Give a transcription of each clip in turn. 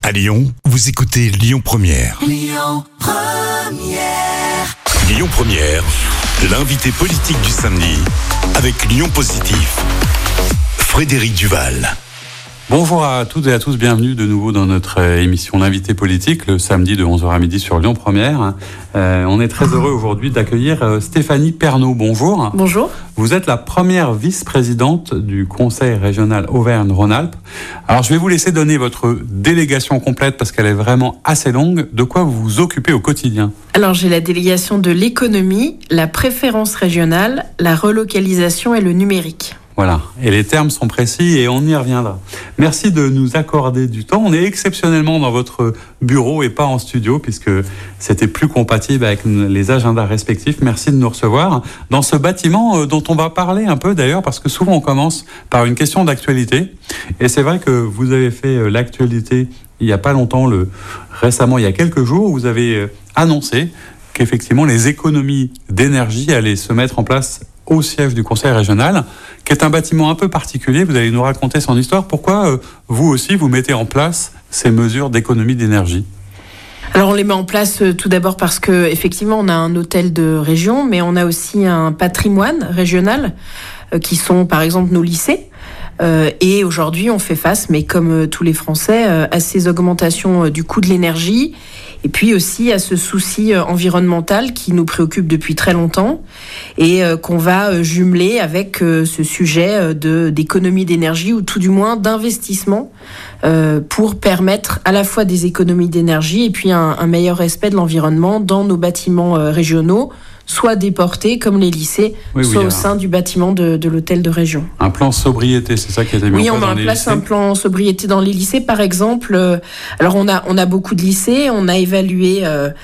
À Lyon, vous écoutez Lyon Première. Lyon Première. Lyon Première, l'invité politique du samedi avec Lyon Positif. Frédéric Duval. Bonjour à toutes et à tous, bienvenue de nouveau dans notre émission L'invité politique, le samedi de 11h à midi sur Lyon Première. On est très heureux aujourd'hui d'accueillir Stéphanie Pernaut. Bonjour. Bonjour. Vous êtes la première vice-présidente du Conseil régional Auvergne-Rhône-Alpes. Alors je vais vous laisser donner votre délégation complète parce qu'elle est vraiment assez longue. De quoi vous vous occupez au quotidien ? Alors j'ai la délégation de l'économie, la préférence régionale, la relocalisation et le numérique. Voilà, et les termes sont précis et on y reviendra. Merci de nous accorder du temps. On est exceptionnellement dans votre bureau et pas en studio puisque c'était plus compatible avec les agendas respectifs. Merci de nous recevoir dans ce bâtiment dont on va parler un peu d'ailleurs parce que souvent on commence par une question d'actualité. Et c'est vrai que vous avez fait l'actualité il n'y a pas longtemps, récemment il y a quelques jours, vous avez annoncé qu'effectivement les économies d'énergie allaient se mettre en place au siège du Conseil régional, qui est un bâtiment un peu particulier. Vous allez nous raconter son histoire. Pourquoi vous aussi, vous mettez en place ces mesures d'économie d'énergie ? Alors on les met en place tout d'abord parce que effectivement on a un hôtel de région, mais on a aussi un patrimoine régional qui sont par exemple nos lycées. Et aujourd'hui on fait face, mais comme tous les Français, à ces augmentations du coût de l'énergie. Et puis aussi à ce souci environnemental qui nous préoccupe depuis très longtemps et qu'on va jumeler avec ce sujet d'économie d'énergie ou tout du moins d'investissement pour permettre à la fois des économies d'énergie et puis un meilleur respect de l'environnement dans nos bâtiments régionaux, soit déportés comme les lycées, soit au sein du bâtiment de l'hôtel de région. Un plan sobriété, c'est ça qui a été mis en place dans les lycées ? Oui, on met en place un plan sobriété dans les lycées. Par exemple, alors on a beaucoup de lycées, on a évalué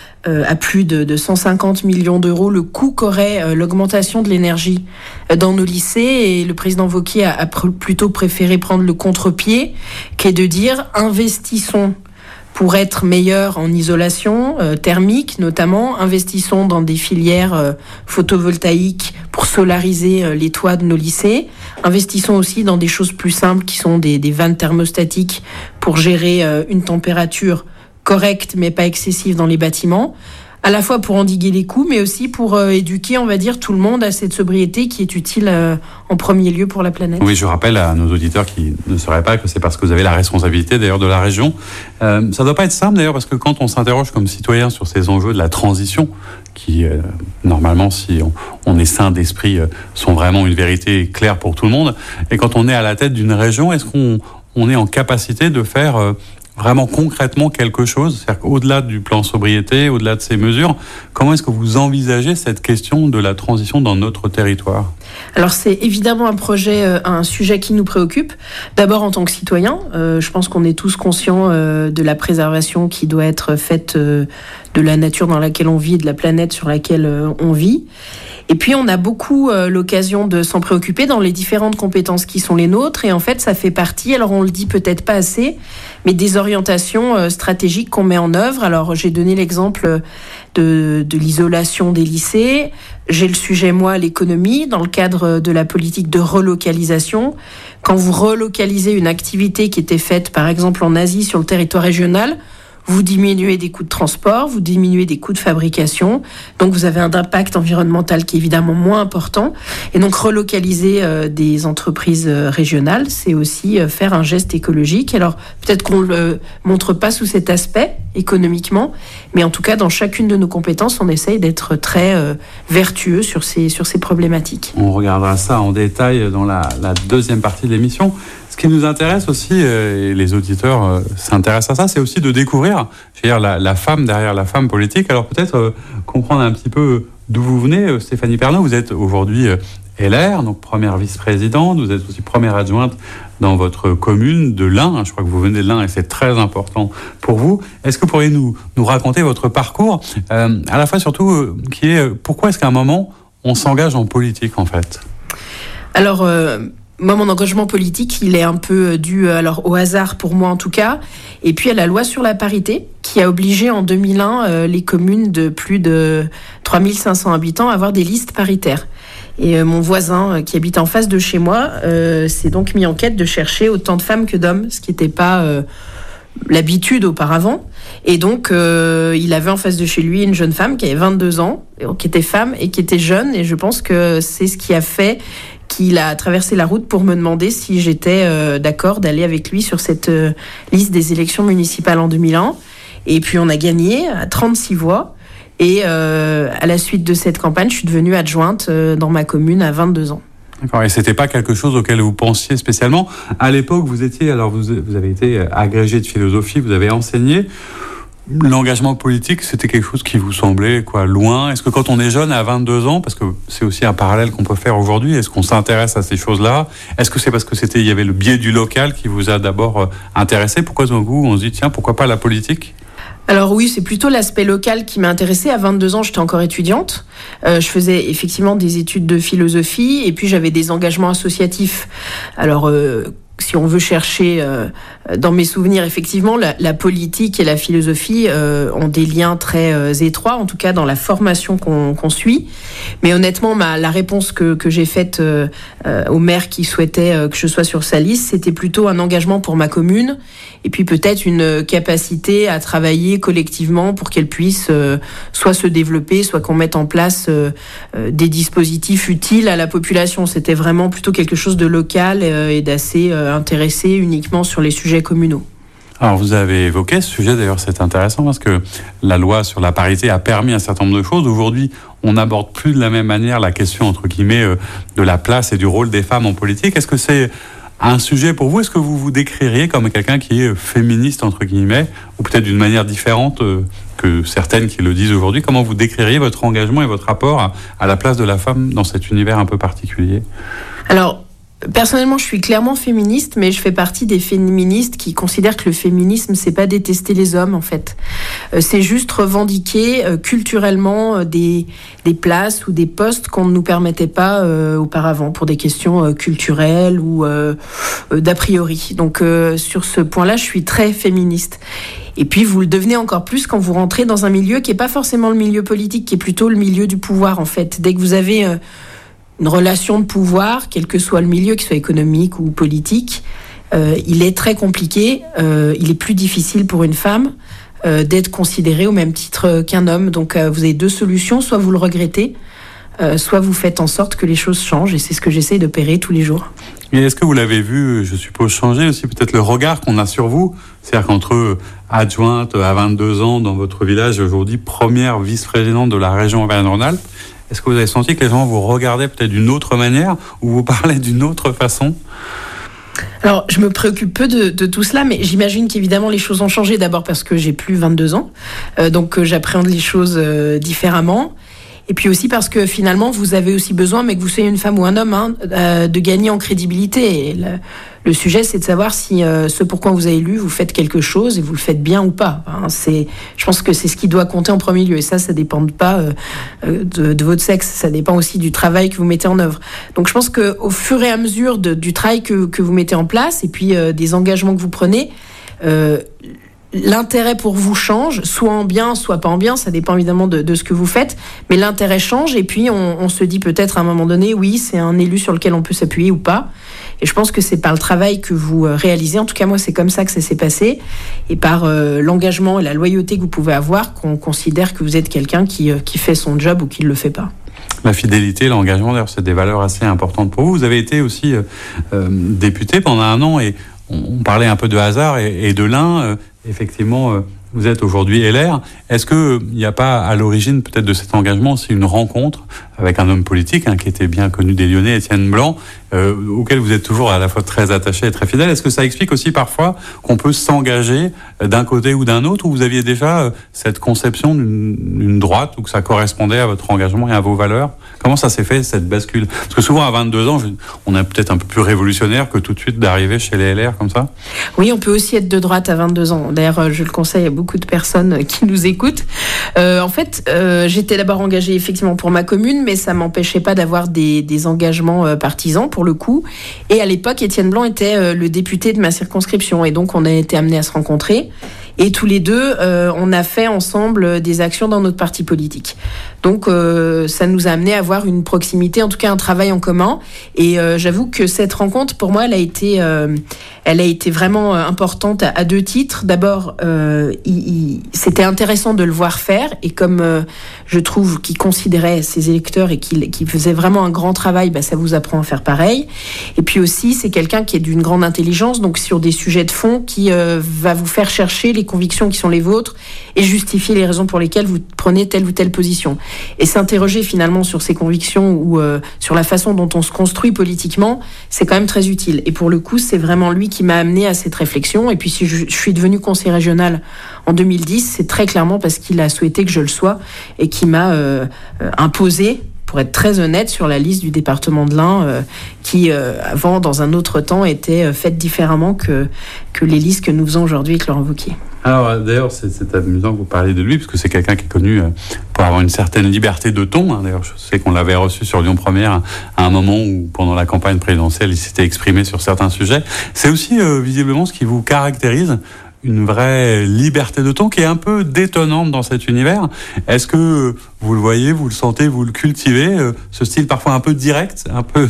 à plus de 150 millions d'euros le coût qu'aurait l'augmentation de l'énergie dans nos lycées. Et le président Wauquiez a plutôt préféré prendre le contre-pied, qui est de dire investissons pour être meilleurs en isolation thermique, notamment, investissons dans des filières photovoltaïques pour solariser les toits de nos lycées. Investissons aussi dans des choses plus simples qui sont des vannes thermostatiques pour gérer une température correcte mais pas excessive dans les bâtiments. À la fois pour endiguer les coûts, mais aussi pour éduquer, on va dire, tout le monde à cette sobriété qui est utile en premier lieu pour la planète. Oui, je rappelle à nos auditeurs qui ne sauraient pas que c'est parce que vous avez la responsabilité d'ailleurs de la région. Ça ne doit pas être simple d'ailleurs parce que quand on s'interroge comme citoyen sur ces enjeux de la transition, qui normalement, si on est sain d'esprit, sont vraiment une vérité claire pour tout le monde, et quand on est à la tête d'une région, est-ce qu'on est en capacité de faire vraiment concrètement quelque chose, c'est-à-dire qu'au-delà du plan sobriété, au-delà de ces mesures, comment est-ce que vous envisagez cette question de la transition dans notre territoire ? Alors c'est évidemment un sujet qui nous préoccupe. D'abord en tant que citoyen, je pense qu'on est tous conscients de la préservation qui doit être faite de la nature dans laquelle on vit et de la planète sur laquelle on vit. Et puis on a beaucoup l'occasion de s'en préoccuper dans les différentes compétences qui sont les nôtres. Et en fait, ça fait partie, alors on le dit peut-être pas assez, mais des orientations stratégiques qu'on met en œuvre. Alors j'ai donné l'exemple de l'isolation des lycées. J'ai le sujet, moi, l'économie, dans le cadre de la politique de relocalisation. Quand vous relocalisez une activité qui était faite, par exemple, en Asie, sur le territoire régional, vous diminuez des coûts de transport, vous diminuez des coûts de fabrication, donc vous avez un impact environnemental qui est évidemment moins important. Et donc relocaliser des entreprises régionales, c'est aussi faire un geste écologique. Alors peut-être qu'on ne le montre pas sous cet aspect économiquement, mais en tout cas dans chacune de nos compétences, on essaye d'être très vertueux sur ces problématiques. On regardera ça en détail dans la deuxième partie de l'émission. Ce qui nous intéresse aussi, et les auditeurs s'intéressent à ça, c'est aussi de découvrir, je veux dire, la femme derrière la femme politique. Alors peut-être comprendre un petit peu d'où vous venez, Stéphanie Pernaut. Vous êtes aujourd'hui LR, donc première vice-présidente. Vous êtes aussi première adjointe dans votre commune de l'Ain. Je crois que vous venez de l'Ain et c'est très important pour vous. Est-ce que vous pourriez nous raconter votre parcours, à la fois surtout, qui est pourquoi est-ce qu'à un moment on s'engage en politique en fait ? Alors moi, mon engagement politique, il est un peu dû au hasard pour moi en tout cas, et puis à la loi sur la parité qui a obligé en 2001 les communes de plus de 3500 habitants à avoir des listes paritaires. Et mon voisin qui habite en face de chez moi s'est donc mis en quête de chercher autant de femmes que d'hommes, ce qui n'était pas l'habitude auparavant. Et donc, il avait en face de chez lui une jeune femme qui avait 22 ans, qui était femme et qui était jeune. Et je pense que c'est ce qui a fait qu'il a traversé la route pour me demander si j'étais d'accord d'aller avec lui sur cette liste des élections municipales en 2001. Et puis, on a gagné à 36 voix. Et à la suite de cette campagne, je suis devenue adjointe dans ma commune à 22 ans. D'accord. Et c'était pas quelque chose auquel vous pensiez spécialement. À l'époque, vous avez été agrégé de philosophie, vous avez enseigné. L'engagement politique, c'était quelque chose qui vous semblait loin. Est-ce que quand on est jeune à 22 ans, parce que c'est aussi un parallèle qu'on peut faire aujourd'hui, est-ce qu'on s'intéresse à ces choses-là ? Est-ce que c'est parce que il y avait le biais du local qui vous a d'abord intéressé ? Pourquoi d'un coup on se dit tiens, pourquoi pas la politique ? Alors oui, c'est plutôt l'aspect local qui m'a intéressée. À 22 ans, j'étais encore étudiante. Je faisais effectivement des études de philosophie et puis j'avais des engagements associatifs. Alors, si on veut chercher dans mes souvenirs, effectivement, la politique et la philosophie ont des liens très étroits, en tout cas dans la formation qu'on suit. Mais honnêtement, la réponse que j'ai faite au maire qui souhaitait que je sois sur sa liste, c'était plutôt un engagement pour ma commune et puis peut-être une capacité à travailler collectivement pour qu'elle puisse soit se développer, soit qu'on mette en place des dispositifs utiles à la population. C'était vraiment plutôt quelque chose de local et d'assez intéressé uniquement sur les sujets communaux. Alors vous avez évoqué ce sujet, d'ailleurs c'est intéressant parce que la loi sur la parité a permis un certain nombre de choses. Aujourd'hui, on n'aborde plus de la même manière la question, entre guillemets, de la place et du rôle des femmes en politique. Est-ce que c'est un sujet pour vous ? Est-ce que vous vous décririez comme quelqu'un qui est féministe, entre guillemets, ou peut-être d'une manière différente que certaines qui le disent aujourd'hui ? Comment vous décririez votre engagement et votre rapport à la place de la femme dans cet univers un peu particulier ? Alors, personnellement, je suis clairement féministe, mais je fais partie des féministes qui considèrent que le féminisme, c'est pas détester les hommes, en fait. C'est juste revendiquer culturellement des places ou des postes qu'on ne nous permettait pas auparavant pour des questions culturelles ou d'a priori. Donc, sur ce point-là, je suis très féministe. Et puis, vous le devenez encore plus quand vous rentrez dans un milieu qui est pas forcément le milieu politique, qui est plutôt le milieu du pouvoir, en fait. Dès que vous avez une relation de pouvoir, quel que soit le milieu, qu'il soit économique ou politique, il est très compliqué, il est plus difficile pour une femme d'être considérée au même titre qu'un homme. Donc vous avez deux solutions, soit vous le regrettez, soit vous faites en sorte que les choses changent, et c'est ce que j'essaie d'opérer tous les jours. Et est-ce que vous l'avez vu, je suppose, changer aussi peut-être le regard qu'on a sur vous ? C'est-à-dire qu'entre adjointe à 22 ans dans votre village, aujourd'hui première vice-présidente de la région Auvergne-Rhône-Alpes, est-ce que vous avez senti que les gens vous regardaient peut-être d'une autre manière ou vous parlaient d'une autre façon ? Alors, je me préoccupe peu de tout cela, mais j'imagine qu'évidemment les choses ont changé. D'abord parce que j'ai plus 22 ans, donc j'appréhende les choses différemment. Et puis aussi parce que finalement, vous avez aussi besoin, mais que vous soyez une femme ou un homme, de gagner en crédibilité. Et le sujet, c'est de savoir si ce pourquoi vous avez élu, vous faites quelque chose et vous le faites bien ou pas. Je pense que c'est ce qui doit compter en premier lieu. Et ça dépend pas de votre sexe. Ça dépend aussi du travail que vous mettez en œuvre. Donc je pense qu'au fur et à mesure du travail que vous mettez en place et puis des engagements que vous prenez, l'intérêt pour vous change, soit en bien, soit pas en bien, ça dépend évidemment de ce que vous faites, mais l'intérêt change et puis on se dit peut-être à un moment donné, oui, c'est un élu sur lequel on peut s'appuyer ou pas. Et je pense que c'est par le travail que vous réalisez, en tout cas moi c'est comme ça que ça s'est passé, et par l'engagement et la loyauté que vous pouvez avoir qu'on considère que vous êtes quelqu'un qui fait son job ou qui ne le fait pas. La fidélité, l'engagement, d'ailleurs, c'est des valeurs assez importantes pour vous. Vous avez été aussi député pendant 1 an et on parlait un peu de hasard et de l'un. Effectivement, vous êtes aujourd'hui LR. Est-ce qu'il n'y a pas à l'origine peut-être de cet engagement aussi une rencontre avec un homme politique qui était bien connu des Lyonnais, Étienne Blanc, auquel vous êtes toujours à la fois très attaché et très fidèle? Est-ce que ça explique aussi parfois qu'on peut s'engager d'un côté ou d'un autre, ou vous aviez déjà cette conception d'une droite, ou que ça correspondait à votre engagement et à vos valeurs? Comment ça s'est fait, cette bascule? Parce que souvent à 22 ans, on est peut-être un peu plus révolutionnaire que tout de suite d'arriver chez les LR comme ça. Oui, on peut aussi être de droite à 22 ans. D'ailleurs, je le conseille à beaucoup de personnes qui nous écoutent. En fait, j'étais d'abord engagée effectivement pour ma commune, mais ça m'empêchait pas d'avoir des engagements partisans pour le coup. Et à l'époque, Étienne Blanc était le député de ma circonscription, et donc on a été amenés à se rencontrer. Et tous les deux, on a fait ensemble des actions dans notre parti politique. Donc, ça nous a amené à avoir une proximité, en tout cas un travail en commun. Et j'avoue que cette rencontre, pour moi, elle a été vraiment importante à deux titres. D'abord, c'était intéressant de le voir faire. Et comme je trouve qu'il considérait ses électeurs et qu'il faisait vraiment un grand travail, ça vous apprend à faire pareil. Et puis aussi, c'est quelqu'un qui est d'une grande intelligence, donc sur des sujets de fond, qui va vous faire chercher les convictions qui sont les vôtres et justifier les raisons pour lesquelles vous prenez telle ou telle position. Et s'interroger finalement sur ces convictions ou sur la façon dont on se construit politiquement, c'est quand même très utile. Et pour le coup, c'est vraiment lui qui m'a amené à cette réflexion. Et puis si je suis devenue conseiller régional en 2010, c'est très clairement parce qu'il a souhaité que je le sois et qui m'a imposé, pour être très honnête, sur la liste du département de l'Ain, qui avant, dans un autre temps, était faite différemment que les listes que nous faisons aujourd'hui avec Laurent Wauquiez. Alors d'ailleurs, c'est amusant que vous parliez de lui, parce que c'est quelqu'un qui est connu pour avoir une certaine liberté de ton. D'ailleurs, je sais qu'on l'avait reçu sur Lyon Première à un moment où, pendant la campagne présidentielle, il s'était exprimé sur certains sujets. C'est aussi visiblement ce qui vous caractérise, une vraie liberté de ton qui est un peu détonnante dans cet univers. Est-ce que vous le voyez, vous le sentez, vous le cultivez, ce style parfois un peu direct, un peu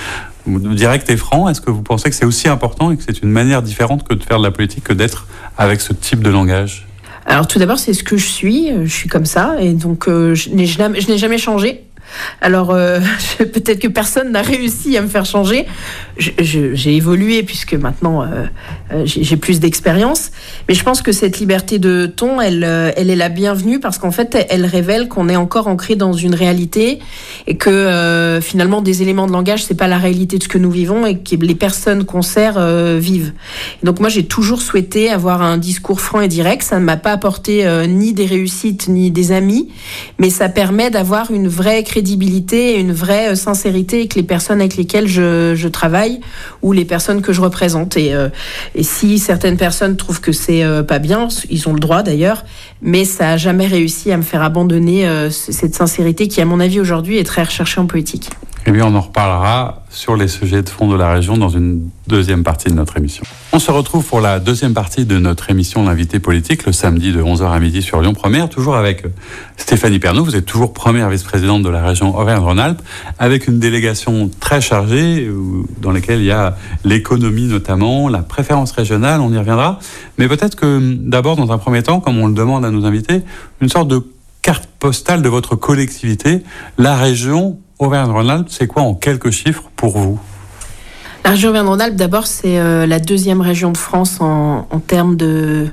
direct et franc? Est-ce que vous pensez que c'est aussi important et que c'est une manière différente que de faire de la politique que d'être avec ce type de langage? Alors tout d'abord, c'est ce que je suis comme ça, et donc je n'ai jamais changé. Alors, peut-être que personne n'a réussi à me faire changer. J'ai évolué puisque maintenant j'ai plus d'expérience. Mais je pense que cette liberté de ton, elle est la bienvenue parce qu'en fait, elle révèle qu'on est encore ancré dans une réalité et que finalement, des éléments de langage, c'est pas la réalité de ce que nous vivons et que les personnes qu'on sert vivent. Et donc moi, j'ai toujours souhaité avoir un discours franc et direct. Ça ne m'a pas apporté ni des réussites ni des amis, mais ça permet d'avoir une vraie crédibilité et une vraie sincérité avec les personnes avec lesquelles je travaille ou les personnes que je représente. Et si certaines personnes trouvent que c'est pas bien, ils ont le droit d'ailleurs, mais ça n'a jamais réussi à me faire abandonner cette sincérité qui, à mon avis, aujourd'hui est très recherchée en politique. Eh bien, on en reparlera sur les sujets de fond de la région dans une deuxième partie de notre émission. On se retrouve pour la deuxième partie de notre émission L'invité politique, le samedi de 11h à midi sur Lyon Première, toujours avec Stéphanie Pernaut. Vous êtes toujours première vice-présidente de la région Auvergne-Rhône-Alpes, avec une délégation très chargée, dans laquelle il y a l'économie notamment, la préférence régionale, on y reviendra. Mais peut-être que d'abord, dans un premier temps, comme on le demande à nos invités, une sorte de carte postale de votre collectivité, la région Auvergne-Rhône-Alpes, c'est quoi en quelques chiffres pour vous? La région Auvergne-Rhône-Alpes, d'abord, c'est la deuxième région de France en termes de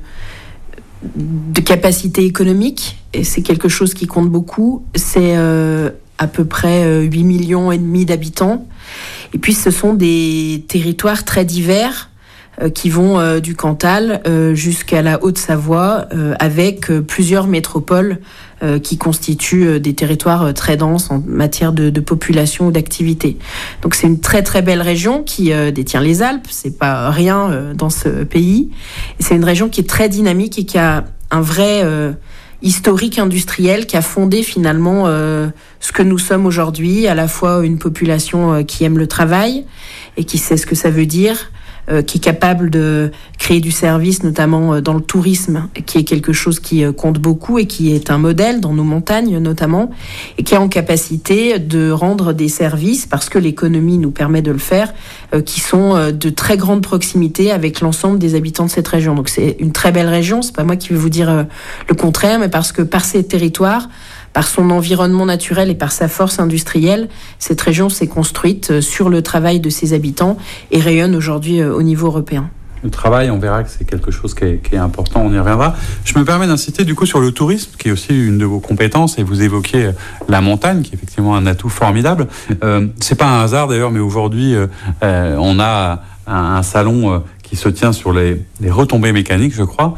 capacité économique. Et c'est quelque chose qui compte beaucoup. C'est à peu près 8,5 millions d'habitants. Et puis, ce sont des territoires très divers qui vont du Cantal jusqu'à la Haute-Savoie, avec plusieurs métropoles qui constituent des territoires très denses en matière de population ou d'activité. Donc c'est une très très belle région qui détient les Alpes, c'est pas rien dans ce pays. Et c'est une région qui est très dynamique et qui a un vrai historique industriel qui a fondé finalement ce que nous sommes aujourd'hui, à la fois une population qui aime le travail et qui sait ce que ça veut dire, qui est capable de créer du service, notamment dans le tourisme, qui est quelque chose qui compte beaucoup et qui est un modèle dans nos montagnes notamment, et qui est en capacité de rendre des services, parce que l'économie nous permet de le faire, qui sont de très grande proximité avec l'ensemble des habitants de cette région. Donc c'est une très belle région, c'est pas moi qui vais vous dire le contraire, mais parce que par ces territoires, par son environnement naturel et par sa force industrielle, cette région s'est construite sur le travail de ses habitants et rayonne aujourd'hui au niveau européen. Le travail, on verra que c'est quelque chose qui est important, on y reviendra. Je me permets d'inciter du coup sur le tourisme, qui est aussi une de vos compétences, et vous évoquez la montagne, qui est effectivement un atout formidable. C'est pas un hasard d'ailleurs, mais aujourd'hui, on a un salon qui se tient sur les retombées mécaniques, je crois.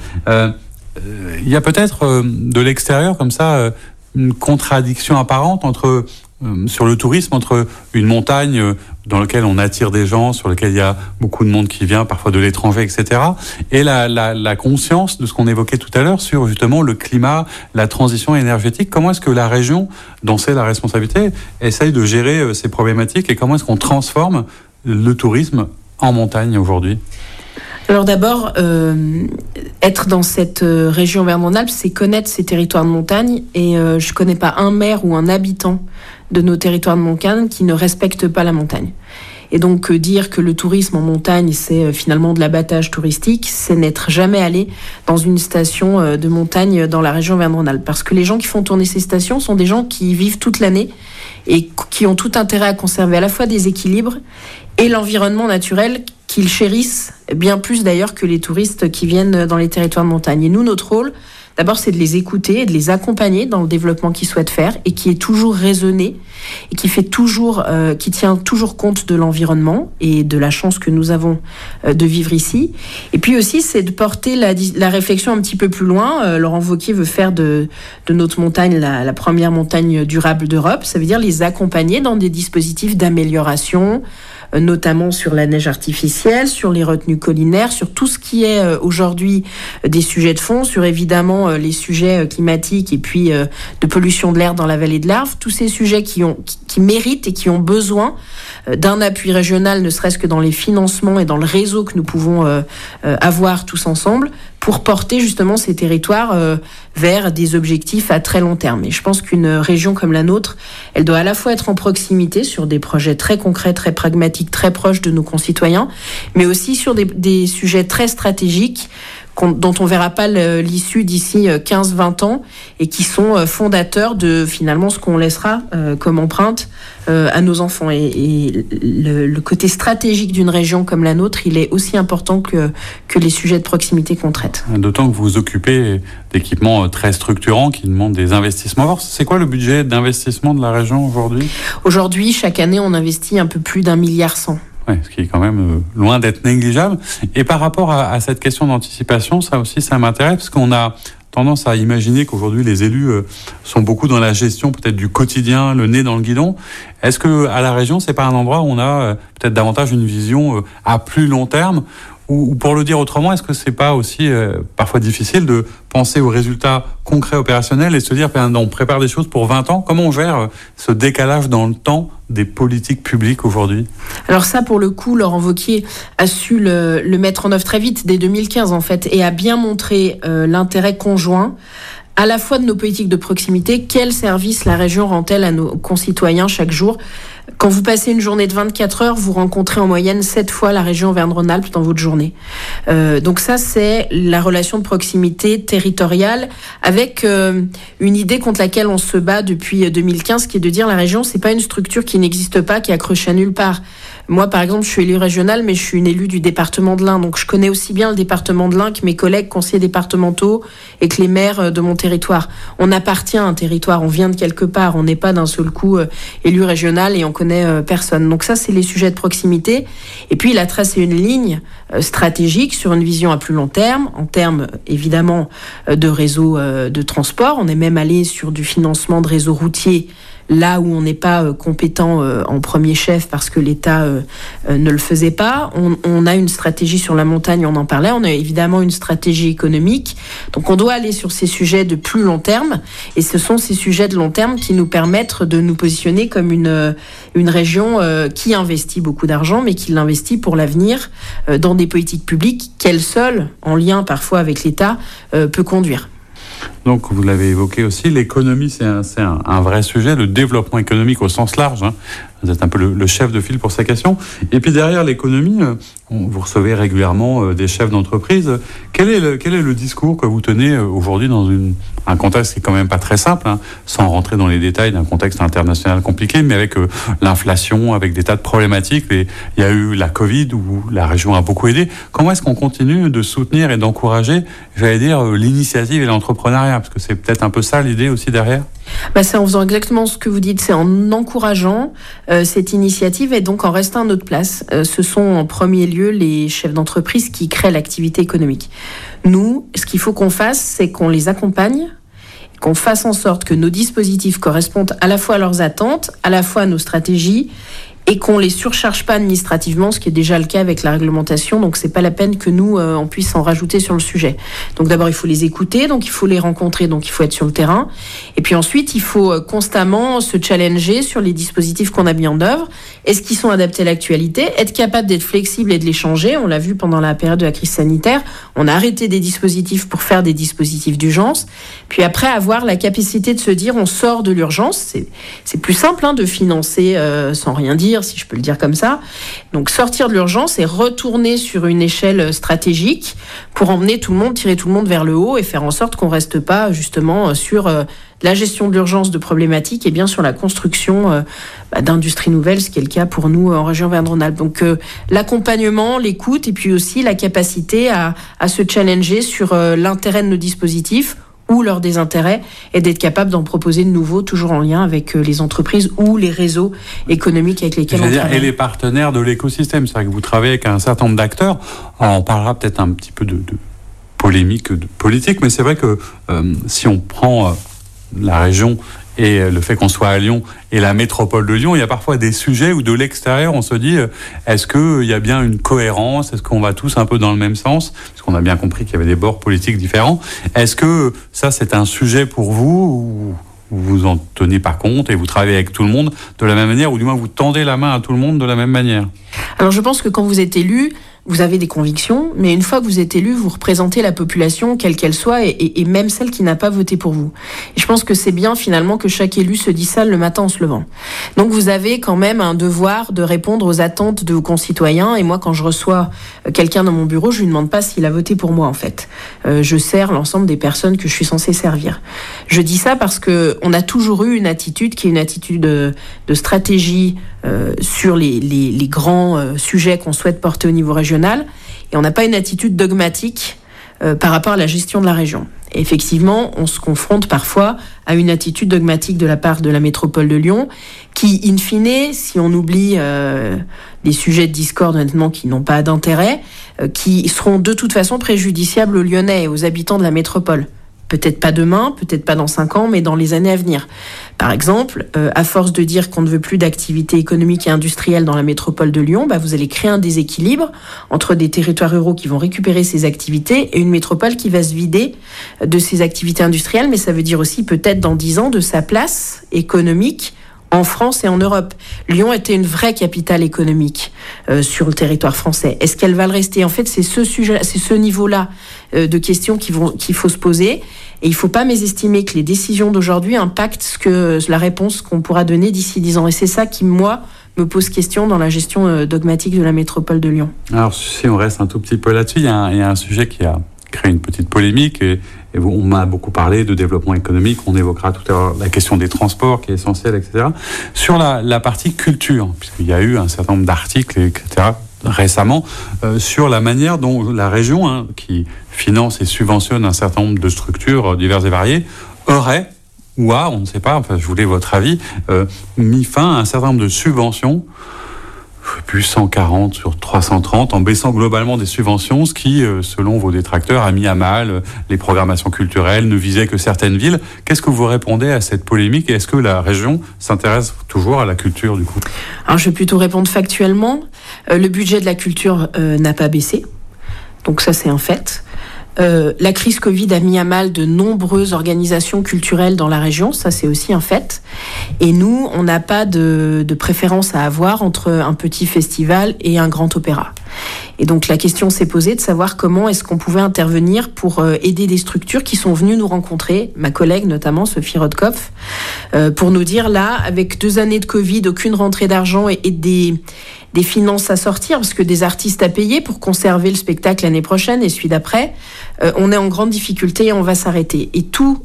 Il y a peut-être de l'extérieur, comme ça, une contradiction apparente entre sur le tourisme, entre une montagne dans laquelle on attire des gens, sur laquelle il y a beaucoup de monde qui vient, parfois de l'étranger, etc., et la conscience de ce qu'on évoquait tout à l'heure sur justement le climat, la transition énergétique. Comment est-ce que la région, dont c'est la responsabilité, essaye de gérer ces problématiques, et comment est-ce qu'on transforme le tourisme en montagne aujourd'hui ? Alors d'abord, être dans cette région Auvergne-Rhône-Alpes, c'est connaître ces territoires de montagne. Et je ne connais pas un maire ou un habitant de nos territoires de montagne qui ne respecte pas la montagne. Et donc dire que le tourisme en montagne, c'est finalement de l'abattage touristique, c'est n'être jamais allé dans une station de montagne dans la région Auvergne-Rhône-Alpes. Parce que les gens qui font tourner ces stations sont des gens qui vivent toute l'année et qui ont tout intérêt à conserver à la fois des équilibres et l'environnement naturel qu'ils chérissent bien plus d'ailleurs que les touristes qui viennent dans les territoires de montagne. Et nous, notre rôle, d'abord, c'est de les écouter et de les accompagner dans le développement qu'ils souhaitent faire et qui est toujours raisonné et qui tient toujours compte de l'environnement et de la chance que nous avons de vivre ici. Et puis aussi, c'est de porter la réflexion un petit peu plus loin. Laurent Wauquiez veut faire de notre montagne la première montagne durable d'Europe. Ça veut dire les accompagner dans des dispositifs d'amélioration, notamment sur la neige artificielle, sur les retenues collinaires, sur tout ce qui est aujourd'hui des sujets de fond, sur évidemment les sujets climatiques et puis de pollution de l'air dans la vallée de l'Arve, tous ces sujets qui méritent et qui ont besoin d'un appui régional, ne serait-ce que dans les financements et dans le réseau que nous pouvons avoir tous ensemble, pour porter justement ces territoires vers des objectifs à très long terme. Et je pense qu'une région comme la nôtre, elle doit à la fois être en proximité sur des projets très concrets, très pragmatiques, très proches de nos concitoyens, mais aussi sur des sujets très stratégiques dont on verra pas l'issue d'ici 15-20 ans et qui sont fondateurs de finalement ce qu'on laissera comme empreinte à nos enfants. Et le côté stratégique d'une région comme la nôtre, il est aussi important que les sujets de proximité qu'on traite. D'autant que vous vous occupez d'équipements très structurants qui demandent des investissements forts. C'est quoi le budget d'investissement de la région aujourd'hui ? Aujourd'hui, chaque année, on investit un peu plus d'1,1 milliard. Ouais, ce qui est quand même loin d'être négligeable. Et par rapport à cette question d'anticipation, ça aussi, ça m'intéresse, parce qu'on a tendance à imaginer qu'aujourd'hui, les élus sont beaucoup dans la gestion peut-être du quotidien, le nez dans le guidon. Est-ce que à la région, c'est pas un endroit où on a peut-être davantage une vision à plus long terme ? Ou pour le dire autrement, est-ce que c'est pas aussi parfois difficile de penser aux résultats concrets opérationnels et se dire on prépare des choses pour 20 ans ? Comment on gère ce décalage dans le temps des politiques publiques aujourd'hui ? Alors ça, pour le coup, Laurent Wauquiez a su le mettre en œuvre très vite, dès 2015 en fait, et a bien montré l'intérêt conjoint à la fois de nos politiques de proximité. Quel service la région rend-elle à nos concitoyens chaque jour ? Quand vous passez une journée de 24 heures, vous rencontrez en moyenne 7 fois la région Auvergne-Rhône-Alpes dans votre journée. Donc ça, c'est la relation de proximité territoriale avec une idée contre laquelle on se bat depuis 2015, qui est de dire la région, c'est pas une structure qui n'existe pas, qui est accrochée à nulle part. Moi, par exemple, je suis élue régionale, mais je suis une élue du département de l'Ain. Donc, je connais aussi bien le département de l'Ain que mes collègues conseillers départementaux et que les maires de mon territoire. On appartient à un territoire, on vient de quelque part. On n'est pas d'un seul coup élu régional et on connaît personne. Donc ça, c'est les sujets de proximité. Et puis, il a tracé une ligne stratégique sur une vision à plus long terme, en termes, évidemment, de réseaux de transport. On est même allé sur du financement de réseaux routiers, là où on n'est pas compétent en premier chef parce que l'État ne le faisait pas. On a une stratégie sur la montagne, on en parlait. On a évidemment une stratégie économique. Donc on doit aller sur ces sujets de plus long terme. Et ce sont ces sujets de long terme qui nous permettent de nous positionner comme une région qui investit beaucoup d'argent, mais qui l'investit pour l'avenir dans des politiques publiques qu'elle seule, en lien parfois avec l'État, peut conduire. Donc, vous l'avez évoqué aussi, l'économie, c'est un vrai sujet, le développement économique au sens large. Hein. Vous êtes un peu le chef de file pour ces questions. Et puis derrière l'économie, vous recevez régulièrement des chefs d'entreprise. Quel est le discours que vous tenez aujourd'hui dans un contexte qui est quand même pas très simple, hein, sans rentrer dans les détails d'un contexte international compliqué, mais avec l'inflation, avec des tas de problématiques. Et il y a eu la Covid où la région a beaucoup aidé. Comment est-ce qu'on continue de soutenir et d'encourager, j'allais dire, l'initiative et l'entrepreneuriat ? Parce que c'est peut-être un peu ça l'idée aussi derrière. C'est en faisant exactement ce que vous dites, c'est en encourageant cette initiative et donc en restant à notre place. Ce sont en premier lieu les chefs d'entreprise qui créent l'activité économique. Nous, ce qu'il faut qu'on fasse, c'est qu'on les accompagne, qu'on fasse en sorte que nos dispositifs correspondent à la fois à leurs attentes, à la fois à nos stratégies et qu'on les surcharge pas administrativement, ce qui est déjà le cas avec la réglementation. Donc c'est pas la peine que nous on puisse en rajouter sur le sujet. Donc d'abord il faut les écouter, donc il faut les rencontrer, donc il faut être sur le terrain. Et puis ensuite il faut constamment se challenger sur les dispositifs qu'on a mis en œuvre. Est-ce qu'ils sont adaptés à l'actualité ? Être capable d'être flexible et de les changer. On l'a vu pendant la période de la crise sanitaire. On a arrêté des dispositifs pour faire des dispositifs d'urgence. Puis après avoir la capacité de se dire on sort de l'urgence. C'est plus simple de financer sans rien dire, si je peux le dire comme ça. Donc sortir de l'urgence et retourner sur une échelle stratégique pour emmener tout le monde, tirer tout le monde vers le haut et faire en sorte qu'on reste pas justement sur la gestion de l'urgence de problématiques et bien sur la construction d'industries nouvelles, ce qui est le cas pour nous en région Auvergne-Rhône-Alpes. Donc l'accompagnement, l'écoute et puis aussi la capacité à se challenger sur l'intérêt de nos dispositifs ou leur désintérêt et d'être capable d'en proposer de nouveaux, toujours en lien avec les entreprises ou les réseaux économiques avec lesquels on travaille. Et les partenaires de l'écosystème, c'est vrai que vous travaillez avec un certain nombre d'acteurs. Alors, on parlera peut-être un petit peu de polémique, de politique, mais c'est vrai que si on prend la région et le fait qu'on soit à Lyon et la métropole de Lyon, il y a parfois des sujets où de l'extérieur on se dit est-ce qu'il y a bien une cohérence, est-ce qu'on va tous un peu dans le même sens, parce qu'on a bien compris qu'il y avait des bords politiques différents. Est-ce que ça c'est un sujet pour vous ou vous en tenez pas compte et vous travaillez avec tout le monde de la même manière, ou du moins vous tendez la main à tout le monde de la même manière? Alors je pense que quand vous êtes élu, vous avez des convictions, mais une fois que vous êtes élu, vous représentez la population, quelle qu'elle soit, et même celle qui n'a pas voté pour vous. Et je pense que c'est bien finalement que chaque élu se dise ça le matin en se levant. Donc vous avez quand même un devoir de répondre aux attentes de vos concitoyens. Et moi, quand je reçois quelqu'un dans mon bureau, je lui demande pas s'il a voté pour moi en fait. Je sers l'ensemble des personnes que je suis censée servir. Je dis ça parce que on a toujours eu une attitude qui est une attitude de stratégie sur les grands sujets qu'on souhaite porter au niveau régional. Et on n'a pas une attitude dogmatique par rapport à la gestion de la région. Et effectivement, on se confronte parfois à une attitude dogmatique de la part de la métropole de Lyon qui, in fine, si on oublie des sujets de discorde honnêtement qui n'ont pas d'intérêt, qui seront de toute façon préjudiciables aux Lyonnais et aux habitants de la métropole. Peut-être pas demain, peut-être pas dans 5 ans, mais dans les années à venir. Par exemple, à force de dire qu'on ne veut plus d'activité économique et industrielle dans la métropole de Lyon, vous allez créer un déséquilibre entre des territoires ruraux qui vont récupérer ces activités et une métropole qui va se vider de ses activités industrielles, mais ça veut dire aussi peut-être dans 10 ans de sa place économique en France et en Europe. Lyon était une vraie capitale économique sur le territoire français. Est-ce qu'elle va le rester ? En fait, c'est ce sujet, c'est ce niveau-là de questions qu'il faut se poser. Et il ne faut pas mésestimer que les décisions d'aujourd'hui impactent la réponse qu'on pourra donner d'ici 10 ans. Et c'est ça qui, moi, me pose question dans la gestion dogmatique de la métropole de Lyon. Alors, si on reste un tout petit peu là-dessus, il y a un sujet qui a créé une petite polémique et on m'a beaucoup parlé de développement économique, on évoquera tout à l'heure la question des transports qui est essentielle, etc. Sur la partie culture, puisqu'il y a eu un certain nombre d'articles, etc., récemment, sur la manière dont la région, qui finance et subventionne un certain nombre de structures diverses et variées, aurait, ou a, on ne sait pas, enfin je voulais votre avis, mis fin à un certain nombre de subventions, plus 140 sur 330, en baissant globalement des subventions, ce qui, selon vos détracteurs, a mis à mal les programmations culturelles, ne visait que certaines villes. Qu'est-ce que vous répondez à cette polémique et est-ce que la région s'intéresse toujours à la culture du coup ? Alors je vais plutôt répondre factuellement. Le budget de la culture n'a pas baissé, donc ça c'est un fait. La crise Covid a mis à mal de nombreuses organisations culturelles dans la région, ça c'est aussi un fait. Et nous, on n'a pas de préférence à avoir entre un petit festival et un grand opéra. Et donc la question s'est posée de savoir comment est-ce qu'on pouvait intervenir pour aider des structures qui sont venues nous rencontrer, ma collègue notamment, Sophie Rodkopf, pour nous dire là, avec 2 années de Covid, aucune rentrée d'argent et des finances à sortir, parce que des artistes à payer pour conserver le spectacle l'année prochaine et celui d'après, on est en grande difficulté et on va s'arrêter. Et toutes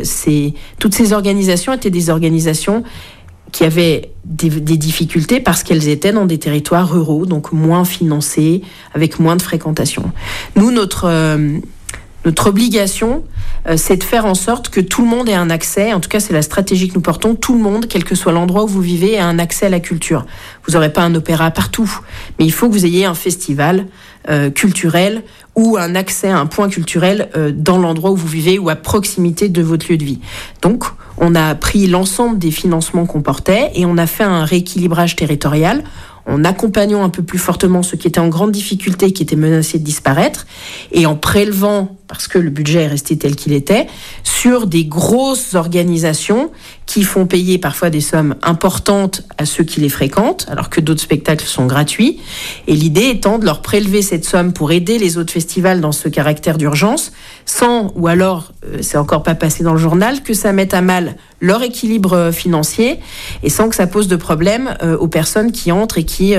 ces organisations étaient des organisations qui avaient des difficultés parce qu'elles étaient dans des territoires ruraux, donc moins financés, avec moins de fréquentation. Nous, Notre obligation, c'est de faire en sorte que tout le monde ait un accès, en tout cas c'est la stratégie que nous portons, tout le monde, quel que soit l'endroit où vous vivez, a un accès à la culture. Vous n'aurez pas un opéra partout, mais il faut que vous ayez un festival culturel ou un accès à un point culturel dans l'endroit où vous vivez ou à proximité de votre lieu de vie. Donc, on a pris l'ensemble des financements qu'on portait et on a fait un rééquilibrage territorial en accompagnant un peu plus fortement ceux qui étaient en grande difficulté, qui étaient menacés de disparaître, et en prélevant, parce que le budget est resté tel qu'il était, sur des grosses organisations qui font payer parfois des sommes importantes à ceux qui les fréquentent, alors que d'autres spectacles sont gratuits. Et l'idée étant de leur prélever cette somme pour aider les autres festivals dans ce caractère d'urgence, sans, ou alors, c'est encore pas passé dans le journal, que ça mette à mal leur équilibre financier et sans que ça pose de problème aux personnes qui entrent et qui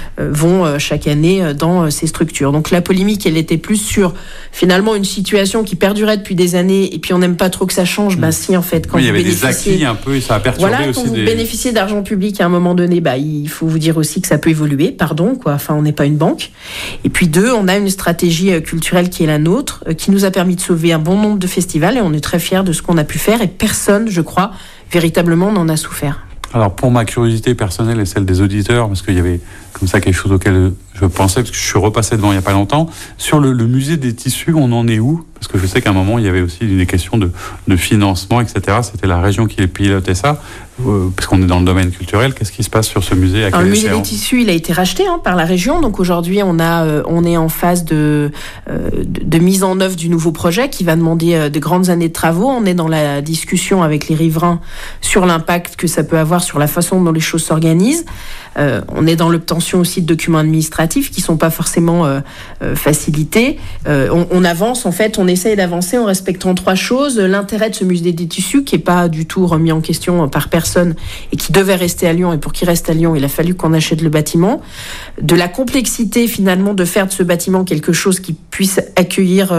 vont chaque année dans ces structures. Donc la polémique, elle était plus sur finalement une situation qui perdurait depuis des années et puis on n'aime pas trop que ça change. Bah si, en fait, quand oui, il y vous avait des acquis un peu et ça a perturbé voilà, aussi quand vous bénéficiez d'argent public à un moment donné, bah, il faut vous dire aussi que ça peut évoluer, enfin on n'est pas une banque. Et puis 2, on a une stratégie culturelle qui est la nôtre, qui nous a permis de sauver un bon nombre de festivals et on est très fiers de ce qu'on a pu faire et personne, je crois, véritablement n'en a souffert. Alors pour ma curiosité personnelle et celle des auditeurs, parce qu'il y avait comme ça quelque chose auquel je pensais, parce que je suis repassé devant il n'y a pas longtemps, sur le musée des tissus, on en est où ? Parce que je sais qu'à un moment, il y avait aussi des questions de financement, etc. C'était la région qui pilotait ça, parce qu'on est dans le domaine culturel. Qu'est-ce qui se passe sur ce musée ? Alors, le musée des tissus, il a été racheté par la région. Donc aujourd'hui, on est en phase de mise en œuvre du nouveau projet qui va demander de grandes années de travaux. On est dans la discussion avec les riverains sur l'impact que ça peut avoir sur la façon dont les choses s'organisent. On est dans l'obtention aussi de documents administratifs qui ne sont pas forcément facilités. On avance, en fait, on essaye d'avancer en respectant 3 choses. L'intérêt de ce musée des tissus, qui n'est pas du tout remis en question par personne et qui devait rester à Lyon. Et pour qu'il reste à Lyon, il a fallu qu'on achète le bâtiment. De la complexité, finalement, de faire de ce bâtiment quelque chose qui puisse accueillir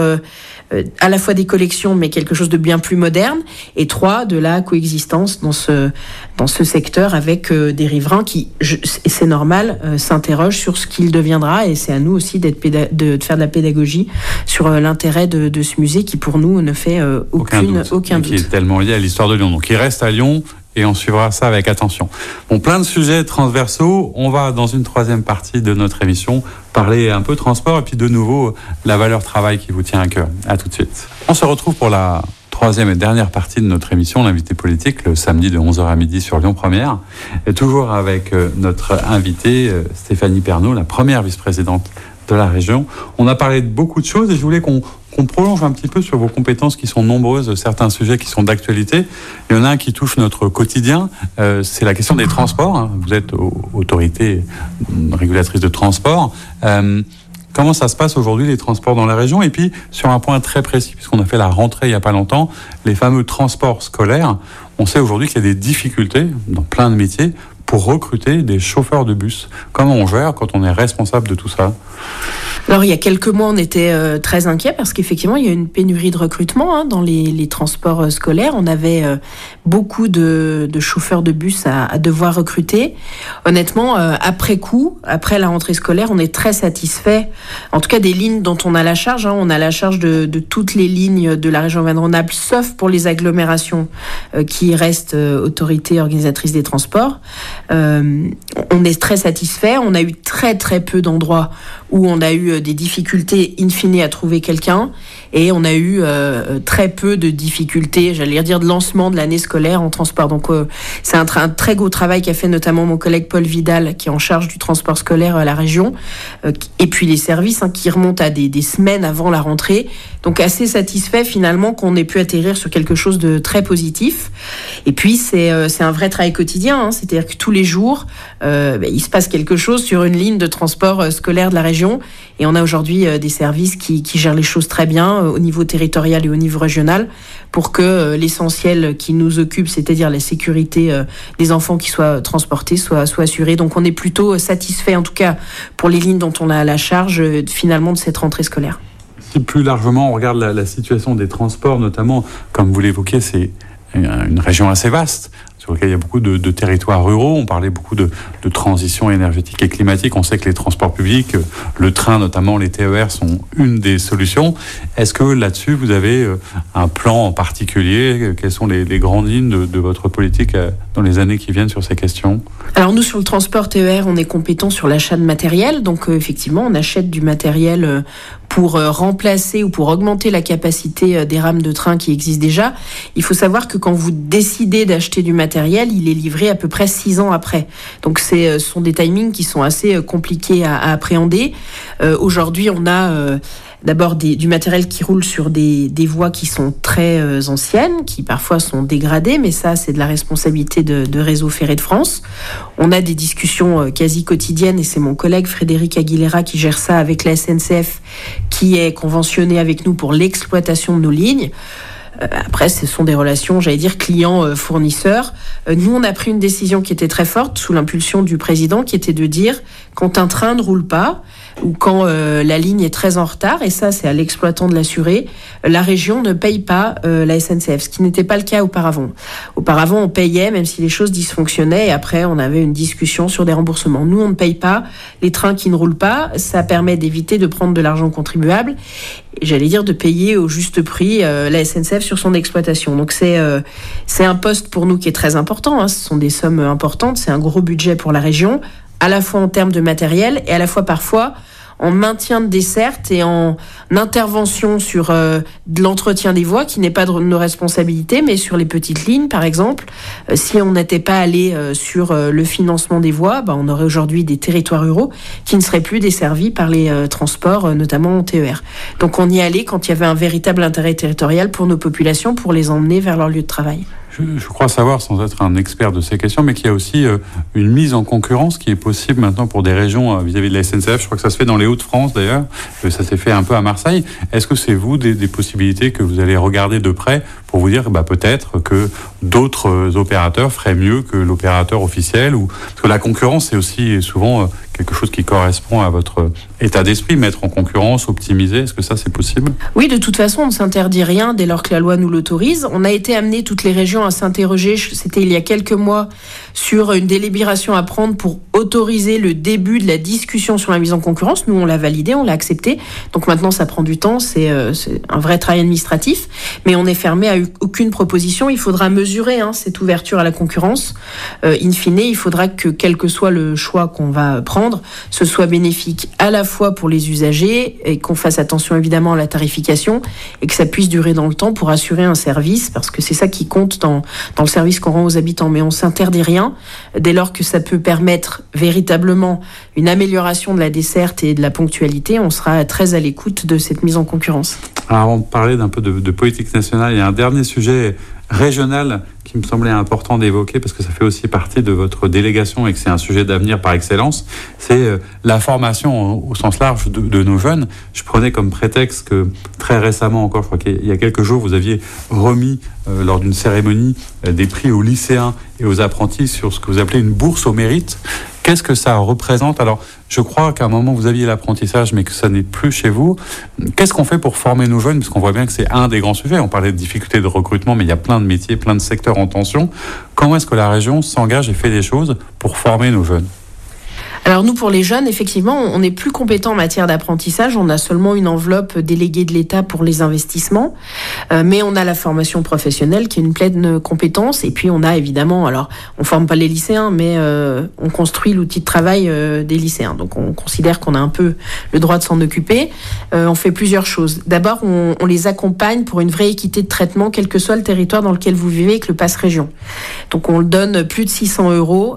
à la fois des collections, mais quelque chose de bien plus moderne. Et 3, de la coexistence dans ce secteur avec des riverains qui, c'est normal, s'interrogent sur ce qu'il deviendra. Et c'est à nous aussi de faire de la pédagogie sur l'intérêt de ce musée qui, pour nous, ne fait aucun doute. Qui est tellement lié à l'histoire de Lyon. Donc, il reste à Lyon. Et on suivra ça avec attention. Bon, plein de sujets transversaux. On va, dans une 3e partie de notre émission, parler un peu transport et puis de nouveau, la valeur travail qui vous tient à cœur. À tout de suite. On se retrouve pour la 3e et dernière partie de notre émission, l'invité politique, le samedi de 11h à midi sur Lyon Première. Et toujours avec notre invitée, Stéphanie Pernaut, la première vice-présidente de la région. On a parlé de beaucoup de choses et je voulais qu'on prolonge un petit peu sur vos compétences qui sont nombreuses, certains sujets qui sont d'actualité. Il y en a un qui touche notre quotidien, c'est la question des transports. Vous êtes autorité régulatrice de transport. Comment ça se passe aujourd'hui, les transports dans la région ? Et puis, sur un point très précis, puisqu'on a fait la rentrée il n'y a pas longtemps, les fameux transports scolaires, on sait aujourd'hui qu'il y a des difficultés dans plein de métiers pour recruter des chauffeurs de bus. Comment on gère quand on est responsable de tout ça ? Alors, il y a quelques mois, on était très inquiets parce qu'effectivement, il y a une pénurie de recrutement dans les transports scolaires. On avait beaucoup de chauffeurs de bus à devoir recruter. Honnêtement, après coup, après la rentrée scolaire, on est très satisfait. En tout cas, des lignes dont on a la charge. On a la charge de toutes les lignes de la région Auvergne-Rhône-Alpes, sauf pour les agglomérations qui restent autorité organisatrice des transports. On est très satisfait. On a eu très très peu d'endroits où on a eu des difficultés in fine à trouver quelqu'un et on a eu très peu de difficultés, j'allais dire de lancement de l'année scolaire en transport. Donc c'est un très gros travail qu'a fait notamment mon collègue Paul Vidal qui est en charge du transport scolaire à la région et puis les services qui remontent à des semaines avant la rentrée. Donc assez satisfait finalement qu'on ait pu atterrir sur quelque chose de très positif. Et puis c'est un vrai travail quotidien, c'est-à-dire que tous les jours il se passe quelque chose sur une ligne de transport scolaire de la région et on a aujourd'hui des services qui gèrent les choses très bien au niveau territorial et au niveau régional pour que l'essentiel qui nous occupe, c'est-à-dire la sécurité des enfants qui soient transportés, soit assuré. Donc on est plutôt satisfait en tout cas pour les lignes dont on a la charge finalement de cette rentrée scolaire. Si plus largement on regarde la situation des transports, notamment, comme vous l'évoquiez, c'est une région assez vaste. sur lequel il y a beaucoup de territoires ruraux. On parlait beaucoup de transition énergétique et climatique. On sait que les transports publics, le train notamment, les TER sont une des solutions. Est-ce que là-dessus, vous avez un plan en particulier? Quelles sont les grandes lignes de votre politique dans les années qui viennent sur ces questions? Alors nous, sur le transport TER, on est compétent sur l'achat de matériel. Donc effectivement, on achète du matériel pour remplacer ou pour augmenter la capacité des rames de train qui existent déjà. Il faut savoir que quand vous décidez d'acheter du matériel, il est livré à peu près 6 ans après. Donc ce sont des timings qui sont assez compliqués à appréhender. Aujourd'hui, on a d'abord du matériel qui roule sur des voies qui sont très anciennes, qui parfois sont dégradées, mais ça, c'est de la responsabilité de Réseau Ferré de France. On a des discussions quasi quotidiennes, et c'est mon collègue Frédéric Aguilera qui gère ça avec la SNCF, qui est conventionné avec nous pour l'exploitation de nos lignes. Après, ce sont des relations, j'allais dire, client-fournisseur. Nous, on a pris une décision qui était très forte, sous l'impulsion du président, qui était de dire, quand un train ne roule pas, ou quand la ligne est très en retard, et ça c'est à l'exploitant de l'assurer, la région ne paye pas la SNCF, ce qui n'était pas le cas auparavant. Auparavant, on payait même si les choses dysfonctionnaient, et après on avait une discussion sur des remboursements. Nous, on ne paye pas les trains qui ne roulent pas, ça permet d'éviter de prendre de l'argent contribuable, et j'allais dire de payer au juste prix la SNCF sur son exploitation. Donc c'est un poste pour nous qui est très important, ce sont des sommes importantes, c'est un gros budget pour la région, à la fois en termes de matériel et à la fois parfois en maintien de desserte et en intervention sur de l'entretien des voies qui n'est pas de nos responsabilités, mais sur les petites lignes, par exemple. Si on n'était pas allé sur le financement des voies, on aurait aujourd'hui des territoires ruraux qui ne seraient plus desservis par les transports, notamment en TER. Donc on y allait quand il y avait un véritable intérêt territorial pour nos populations, pour les emmener vers leur lieu de travail. Je crois savoir, sans être un expert de ces questions, mais qu'il y a aussi une mise en concurrence qui est possible maintenant pour des régions vis-à-vis de la SNCF. Je crois que ça se fait dans les Hauts-de-France d'ailleurs, ça s'est fait un peu à Marseille. Est-ce que c'est vous des possibilités que vous allez regarder de près pour vous dire peut-être que d'autres opérateurs feraient mieux que l'opérateur officiel, parce que la concurrence c'est aussi souvent quelque chose qui correspond à votre état d'esprit, mettre en concurrence, optimiser, est-ce que ça c'est possible? Oui, de toute façon on ne s'interdit rien dès lors que la loi nous l'autorise. On a été amené, toutes les régions, à s'interroger, c'était il y a quelques mois, sur une délibération à prendre pour autoriser le début de la discussion sur la mise en concurrence. Nous on l'a validé, on l'a accepté, donc maintenant ça prend du temps, c'est un vrai travail administratif, mais on est fermé à aucune proposition. Il faudra mesurer cette ouverture à la concurrence. In fine, il faudra que quel que soit le choix qu'on va prendre, ce soit bénéfique à la fois pour les usagers et qu'on fasse attention évidemment à la tarification et que ça puisse durer dans le temps pour assurer un service, parce que c'est ça qui compte dans le service qu'on rend aux habitants. Mais on s'interdit rien dès lors que ça peut permettre véritablement une amélioration de la desserte et de la ponctualité. On sera très à l'écoute de cette mise en concurrence. Alors on parlait d'un peu de politique nationale. Il y a un dernier sujet régional qui me semblait important d'évoquer parce que ça fait aussi partie de votre délégation et que c'est un sujet d'avenir par excellence, c'est la formation au sens large de nos jeunes. Je prenais comme prétexte que très récemment encore, je crois qu'il y a quelques jours, vous aviez remis lors d'une cérémonie des prix aux lycéens et aux apprentis sur ce que vous appelez une bourse au mérite. Qu'est-ce que ça représente? Alors, je crois qu'à un moment, vous aviez l'apprentissage, mais que ça n'est plus chez vous. Qu'est-ce qu'on fait pour former nos jeunes? Parce qu'on voit bien que c'est un des grands sujets. On parlait de difficultés de recrutement, mais il y a plein de métiers, plein de secteurs en tension. Comment est-ce que la région s'engage et fait des choses pour former nos jeunes? Alors nous, pour les jeunes, effectivement, on est plus compétent en matière d'apprentissage. On a seulement une enveloppe déléguée de l'État pour les investissements, mais on a la formation professionnelle qui est une pleine compétence. Et puis on a évidemment, alors on forme pas les lycéens, mais on construit l'outil de travail des lycéens. Donc on considère qu'on a un peu le droit de s'en occuper. On fait plusieurs choses. D'abord, on les accompagne pour une vraie équité de traitement, quel que soit le territoire dans lequel vous vivez, avec le Pass Région. Donc on donne plus de 600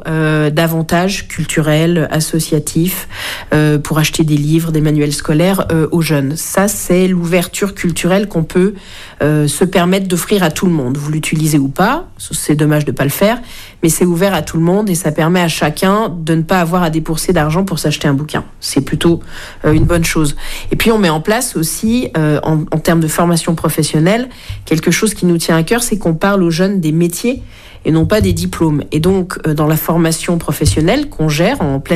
€ d'avantages culturels, associatifs, pour acheter des livres, des manuels scolaires aux jeunes. Ça, c'est l'ouverture culturelle qu'on peut se permettre d'offrir à tout le monde. Vous l'utilisez ou pas, c'est dommage de ne pas le faire, mais c'est ouvert à tout le monde et ça permet à chacun de ne pas avoir à débourser d'argent pour s'acheter un bouquin. C'est plutôt une bonne chose. Et puis on met en place aussi, en termes de formation professionnelle, quelque chose qui nous tient à cœur, c'est qu'on parle aux jeunes des métiers et non pas des diplômes. Et donc, dans la formation professionnelle qu'on gère en pleine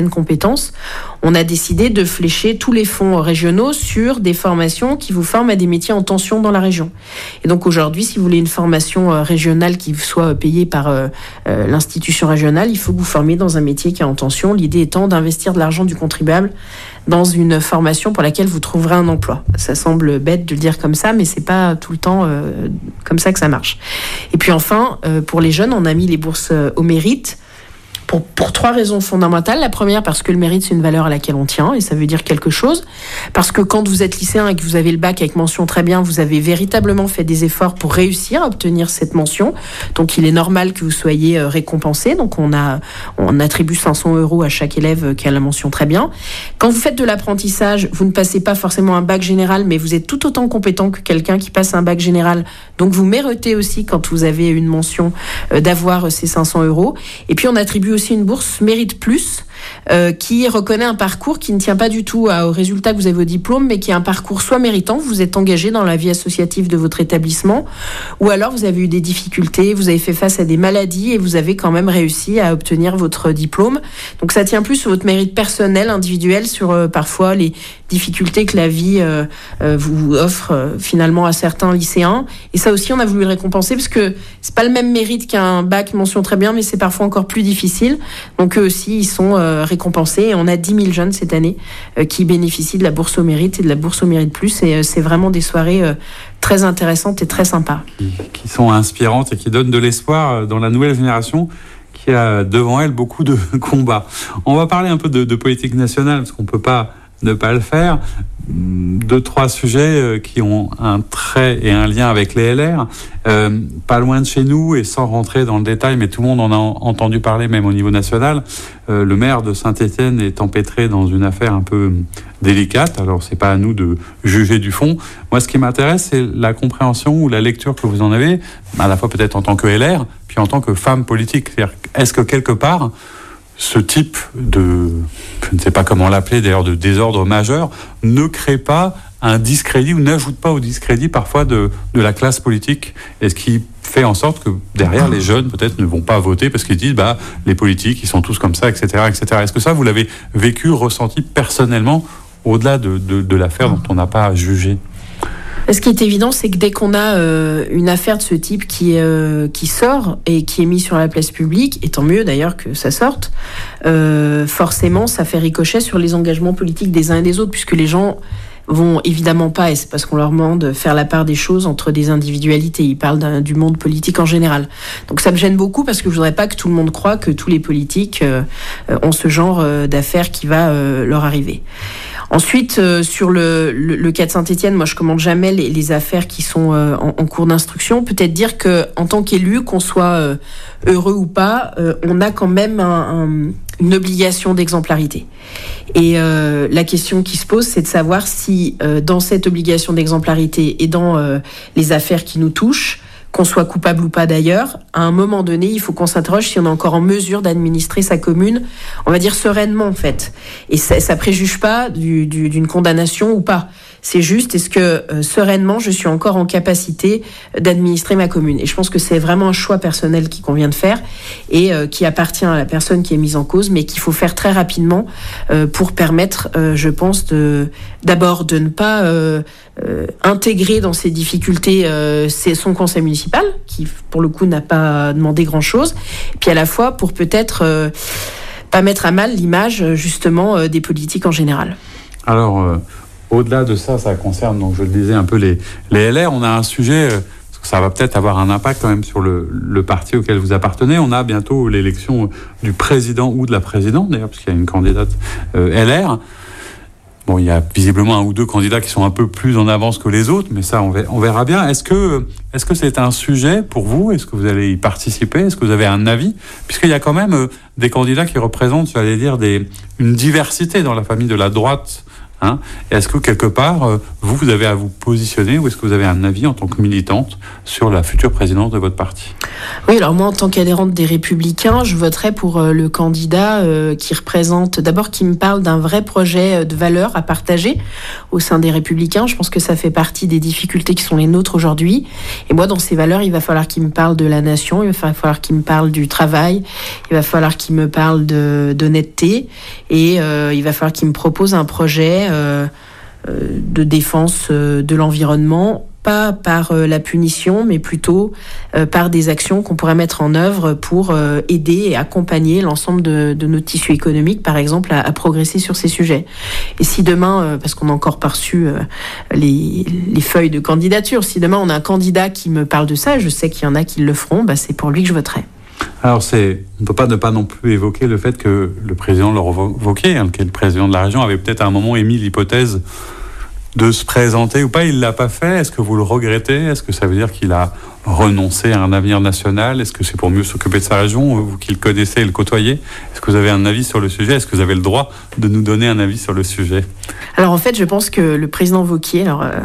certaines compétences, on a décidé de flécher tous les fonds régionaux sur des formations qui vous forment à des métiers en tension dans la région. Et donc aujourd'hui, si vous voulez une formation régionale qui soit payée par l'institution régionale, il faut que vous formiez dans un métier qui est en tension. L'idée étant d'investir de l'argent du contribuable dans une formation pour laquelle vous trouverez un emploi. Ça semble bête de le dire comme ça, mais c'est pas tout le temps comme ça que ça marche. Et puis enfin, pour les jeunes, on a mis les bourses au mérite pour 3 raisons fondamentales. La première, parce que le mérite, c'est une valeur à laquelle on tient, et ça veut dire quelque chose. Parce que quand vous êtes lycéen et que vous avez le bac avec mention très bien, vous avez véritablement fait des efforts pour réussir à obtenir cette mention. Donc il est normal que vous soyez récompensé. Donc on attribue 500 € à chaque élève qui a la mention très bien. Quand vous faites de l'apprentissage, vous ne passez pas forcément un bac général, mais vous êtes tout autant compétent que quelqu'un qui passe un bac général. Donc vous méritez aussi, quand vous avez une mention, d'avoir ces 500 €. Et puis on attribue aussi une bourse Mérite Plus qui reconnaît un parcours qui ne tient pas du tout au résultat que vous avez au diplôme, mais qui est un parcours soit méritant, vous êtes engagé dans la vie associative de votre établissement, ou alors vous avez eu des difficultés, vous avez fait face à des maladies et vous avez quand même réussi à obtenir votre diplôme. Donc ça tient plus sur votre mérite personnel, individuel, sur parfois les difficultés que la vie vous offre finalement à certains lycéens. Et ça aussi, on a voulu le récompenser parce que c'est pas le même mérite qu'un bac mention très bien, mais c'est parfois encore plus difficile. Donc eux aussi, ils sont récompensés. Et on a 10 000 jeunes cette année qui bénéficient de la bourse au mérite et de la bourse au mérite plus. Et c'est vraiment des soirées très intéressantes et très sympas. Qui sont inspirantes et qui donnent de l'espoir dans la nouvelle génération qui a devant elle beaucoup de combats. On va parler un peu de politique nationale parce qu'on peut pas ne pas le faire. 2-3 sujets qui ont un trait et un lien avec les LR. Pas loin de chez nous, et sans rentrer dans le détail, mais tout le monde en a entendu parler, même au niveau national, le maire de Saint-Étienne est empêtré dans une affaire un peu délicate. Alors, c'est pas à nous de juger du fond. Moi, ce qui m'intéresse, c'est la compréhension ou la lecture que vous en avez, à la fois peut-être en tant que LR, puis en tant que femme politique. C'est-à-dire, est-ce que quelque part, ce type de, je ne sais pas comment l'appeler d'ailleurs, de désordre majeur, ne crée pas un discrédit ou n'ajoute pas au discrédit parfois de la classe politique, et ce qui fait en sorte que derrière les jeunes peut-être ne vont pas voter parce qu'ils disent les politiques ils sont tous comme ça, etc., etc. Est-ce que ça vous l'avez vécu, ressenti personnellement au-delà de l'affaire dont on n'a pas à juger? Ce qui est évident, c'est que dès qu'on a une affaire de ce type qui sort et qui est mise sur la place publique, et tant mieux d'ailleurs que ça sorte, forcément ça fait ricochet sur les engagements politiques des uns et des autres, puisque les gens vont évidemment pas, et c'est parce qu'on leur demande de faire la part des choses entre des individualités. Ils parlent du monde politique en général. Donc ça me gêne beaucoup parce que je voudrais pas que tout le monde croie que tous les politiques ont ce genre d'affaires qui va leur arriver. Ensuite, sur le cas de Saint-Étienne, moi je commande jamais les affaires qui sont en cours d'instruction. Peut-être dire que en tant qu'élu, qu'on soit heureux ou pas, on a quand même une obligation d'exemplarité. Et la question qui se pose, c'est de savoir si dans cette obligation d'exemplarité et dans les affaires qui nous touchent, qu'on soit coupable ou pas d'ailleurs, à un moment donné, il faut qu'on s'interroge si on est encore en mesure d'administrer sa commune, on va dire sereinement en fait. Et ça préjuge pas d'une condamnation ou pas. C'est juste, est-ce que sereinement, je suis encore en capacité d'administrer ma commune? Et je pense que c'est vraiment un choix personnel qu'il convient de faire et qui appartient à la personne qui est mise en cause, mais qu'il faut faire très rapidement pour permettre, je pense, d'abord de ne pas intégrer dans ces difficultés son conseil municipal, qui pour le coup n'a pas demandé grand-chose, et puis à la fois pour peut-être pas mettre à mal l'image justement des politiques en général. Alors, au-delà de ça, ça concerne, donc je le disais un peu les LR. On a un sujet, parce que ça va peut-être avoir un impact quand même sur le parti auquel vous appartenez. On a bientôt l'élection du président ou de la présidente, d'ailleurs, parce qu'il y a une candidate LR. Bon, il y a visiblement un ou deux candidats qui sont un peu plus en avance que les autres, mais ça, on verra bien. Est-ce que c'est un sujet pour vous? Est-ce que vous allez y participer? Est-ce que vous avez un avis? Puisqu'il y a quand même des candidats qui représentent, j'allais dire, une diversité dans la famille de la droite Hein. Est-ce que quelque part, vous avez à vous positionner, ou est-ce que vous avez un avis en tant que militante sur la future présidence de votre parti ? Oui, alors moi, en tant qu'adhérente des Républicains, je voterai pour le candidat qui représente, d'abord qui me parle d'un vrai projet de valeurs à partager au sein des Républicains. Je pense que ça fait partie des difficultés qui sont les nôtres aujourd'hui. Et moi, dans ces valeurs, il va falloir qu'il me parle de la nation, il va falloir qu'il me parle du travail, il va falloir qu'il me parle d'honnêteté, et il va falloir qu'il me propose un projet de défense de l'environnement, pas par la punition, mais plutôt par des actions qu'on pourrait mettre en œuvre pour aider et accompagner l'ensemble de nos tissus économiques, par exemple, à progresser sur ces sujets. Et si demain, parce qu'on a encore pas reçu les feuilles de candidature, si demain on a un candidat qui me parle de ça, et je sais qu'il y en a qui le feront, c'est pour lui que je voterai. Alors, on ne peut pas ne pas non plus évoquer le fait que le président Laurent Wauquiez, qui est le président de la région, avait peut-être à un moment émis l'hypothèse de se présenter ou pas. Il ne l'a pas fait. Est-ce que vous le regrettez ? Est-ce que ça veut dire qu'il a renoncé à un avenir national ? Est-ce que c'est pour mieux s'occuper de sa région, vous qui le connaissez et le côtoyez ? Est-ce que vous avez un avis sur le sujet ? Est-ce que vous avez le droit de nous donner un avis sur le sujet ? Alors en fait, je pense que le président Wauquiez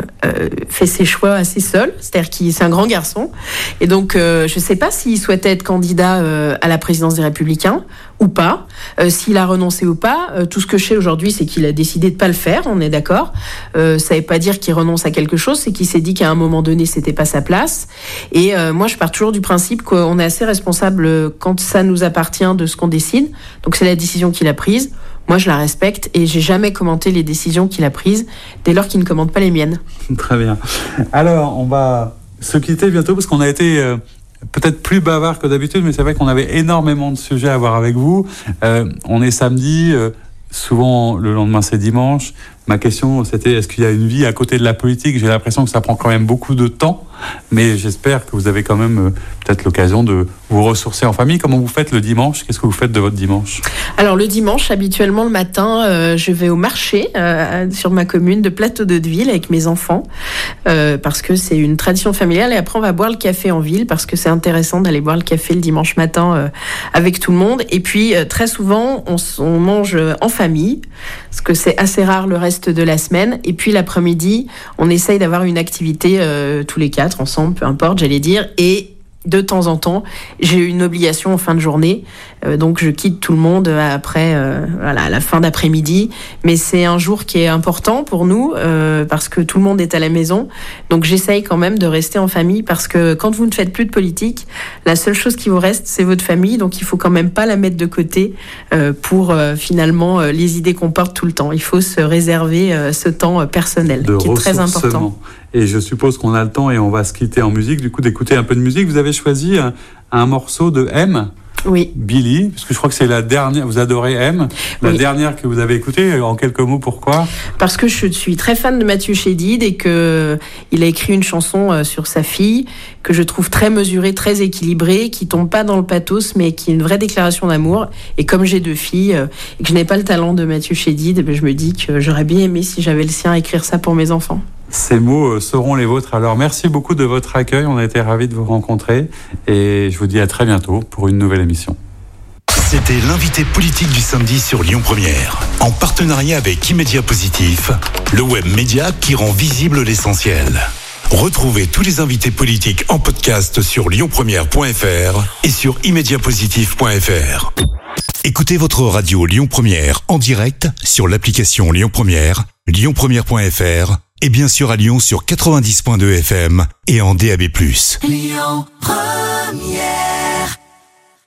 fait ses choix assez seul, c'est-à-dire qu'il c'est un grand garçon, et donc je ne sais pas s'il souhaitait être candidat à la présidence des Républicains ou pas, s'il a renoncé ou pas. Tout ce que je sais aujourd'hui, c'est qu'il a décidé de pas le faire, on est d'accord. Ça ne veut pas dire qu'il renonce à quelque chose, c'est qu'il s'est dit qu'à un moment donné, c'était pas sa place. Et moi, je pars toujours du principe qu'on est assez responsable quand ça nous appartient de ce qu'on décide. Donc c'est la décision qu'il a prise. Moi, je la respecte et j'ai jamais commenté les décisions qu'il a prises dès lors qu'il ne commente pas les miennes. Très bien. Alors, on va se quitter bientôt parce qu'on a été peut-être plus bavard que d'habitude, mais c'est vrai qu'on avait énormément de sujets à voir avec vous. On est samedi, souvent le lendemain c'est dimanche. Ma question, c'était, est-ce qu'il y a une vie à côté de la politique ? J'ai l'impression que ça prend quand même beaucoup de temps, mais j'espère que vous avez quand même peut-être l'occasion de vous ressourcer en famille. Comment vous faites le dimanche ? Qu'est-ce que vous faites de votre dimanche ? Alors le dimanche, habituellement le matin, je vais au marché sur ma commune de Plateau-d'Hauteville avec mes enfants, parce que c'est une tradition familiale, et après on va boire le café en ville, parce que c'est intéressant d'aller boire le café le dimanche matin avec tout le monde. Et puis très souvent, on mange en famille, parce que c'est assez rare le reste de la semaine. Et puis l'après-midi, on essaye d'avoir une activité tous les quatre ensemble, peu importe, j'allais dire. Et de temps en temps, j'ai une obligation en fin de journée, donc je quitte tout le monde après à la fin d'après-midi. Mais c'est un jour qui est important pour nous parce que tout le monde est à la maison. Donc j'essaye quand même de rester en famille, parce que quand vous ne faites plus de politique, la seule chose qui vous reste, c'est votre famille. Donc il faut quand même pas la mettre de côté pour finalement les idées qu'on porte tout le temps. Il faut se réserver ce temps personnel qui est très important. Et je suppose qu'on a le temps et on va se quitter en musique, du coup d'écouter un peu de musique. Vous avez choisi un morceau de M. Oui. Billy, parce que je crois que c'est la dernière, vous adorez M, la dernière que vous avez écoutée. En quelques mots, pourquoi ? Parce que je suis très fan de Mathieu Chédid et qu'il a écrit une chanson sur sa fille que je trouve très mesurée, très équilibrée, qui tombe pas dans le pathos, mais qui est une vraie déclaration d'amour. Et comme j'ai 2 filles et que je n'ai pas le talent de Mathieu Chédid, je me dis que j'aurais bien aimé, si j'avais le sien, écrire ça pour mes enfants. Ces mots seront les vôtres. Alors, merci beaucoup de votre accueil. On a été ravis de vous rencontrer. Et je vous dis à très bientôt pour une nouvelle émission. C'était l'invité politique du samedi sur Lyon Première. En partenariat avec Immédiat Positif, le web média qui rend visible l'essentiel. Retrouvez tous les invités politiques en podcast sur lyonpremière.fr et sur immédiapositif.fr. Écoutez votre radio Lyon Première en direct sur l'application Lyon Première, lyonpremière.fr et bien sûr à Lyon sur 90.2 FM et en DAB+. Lyon Première.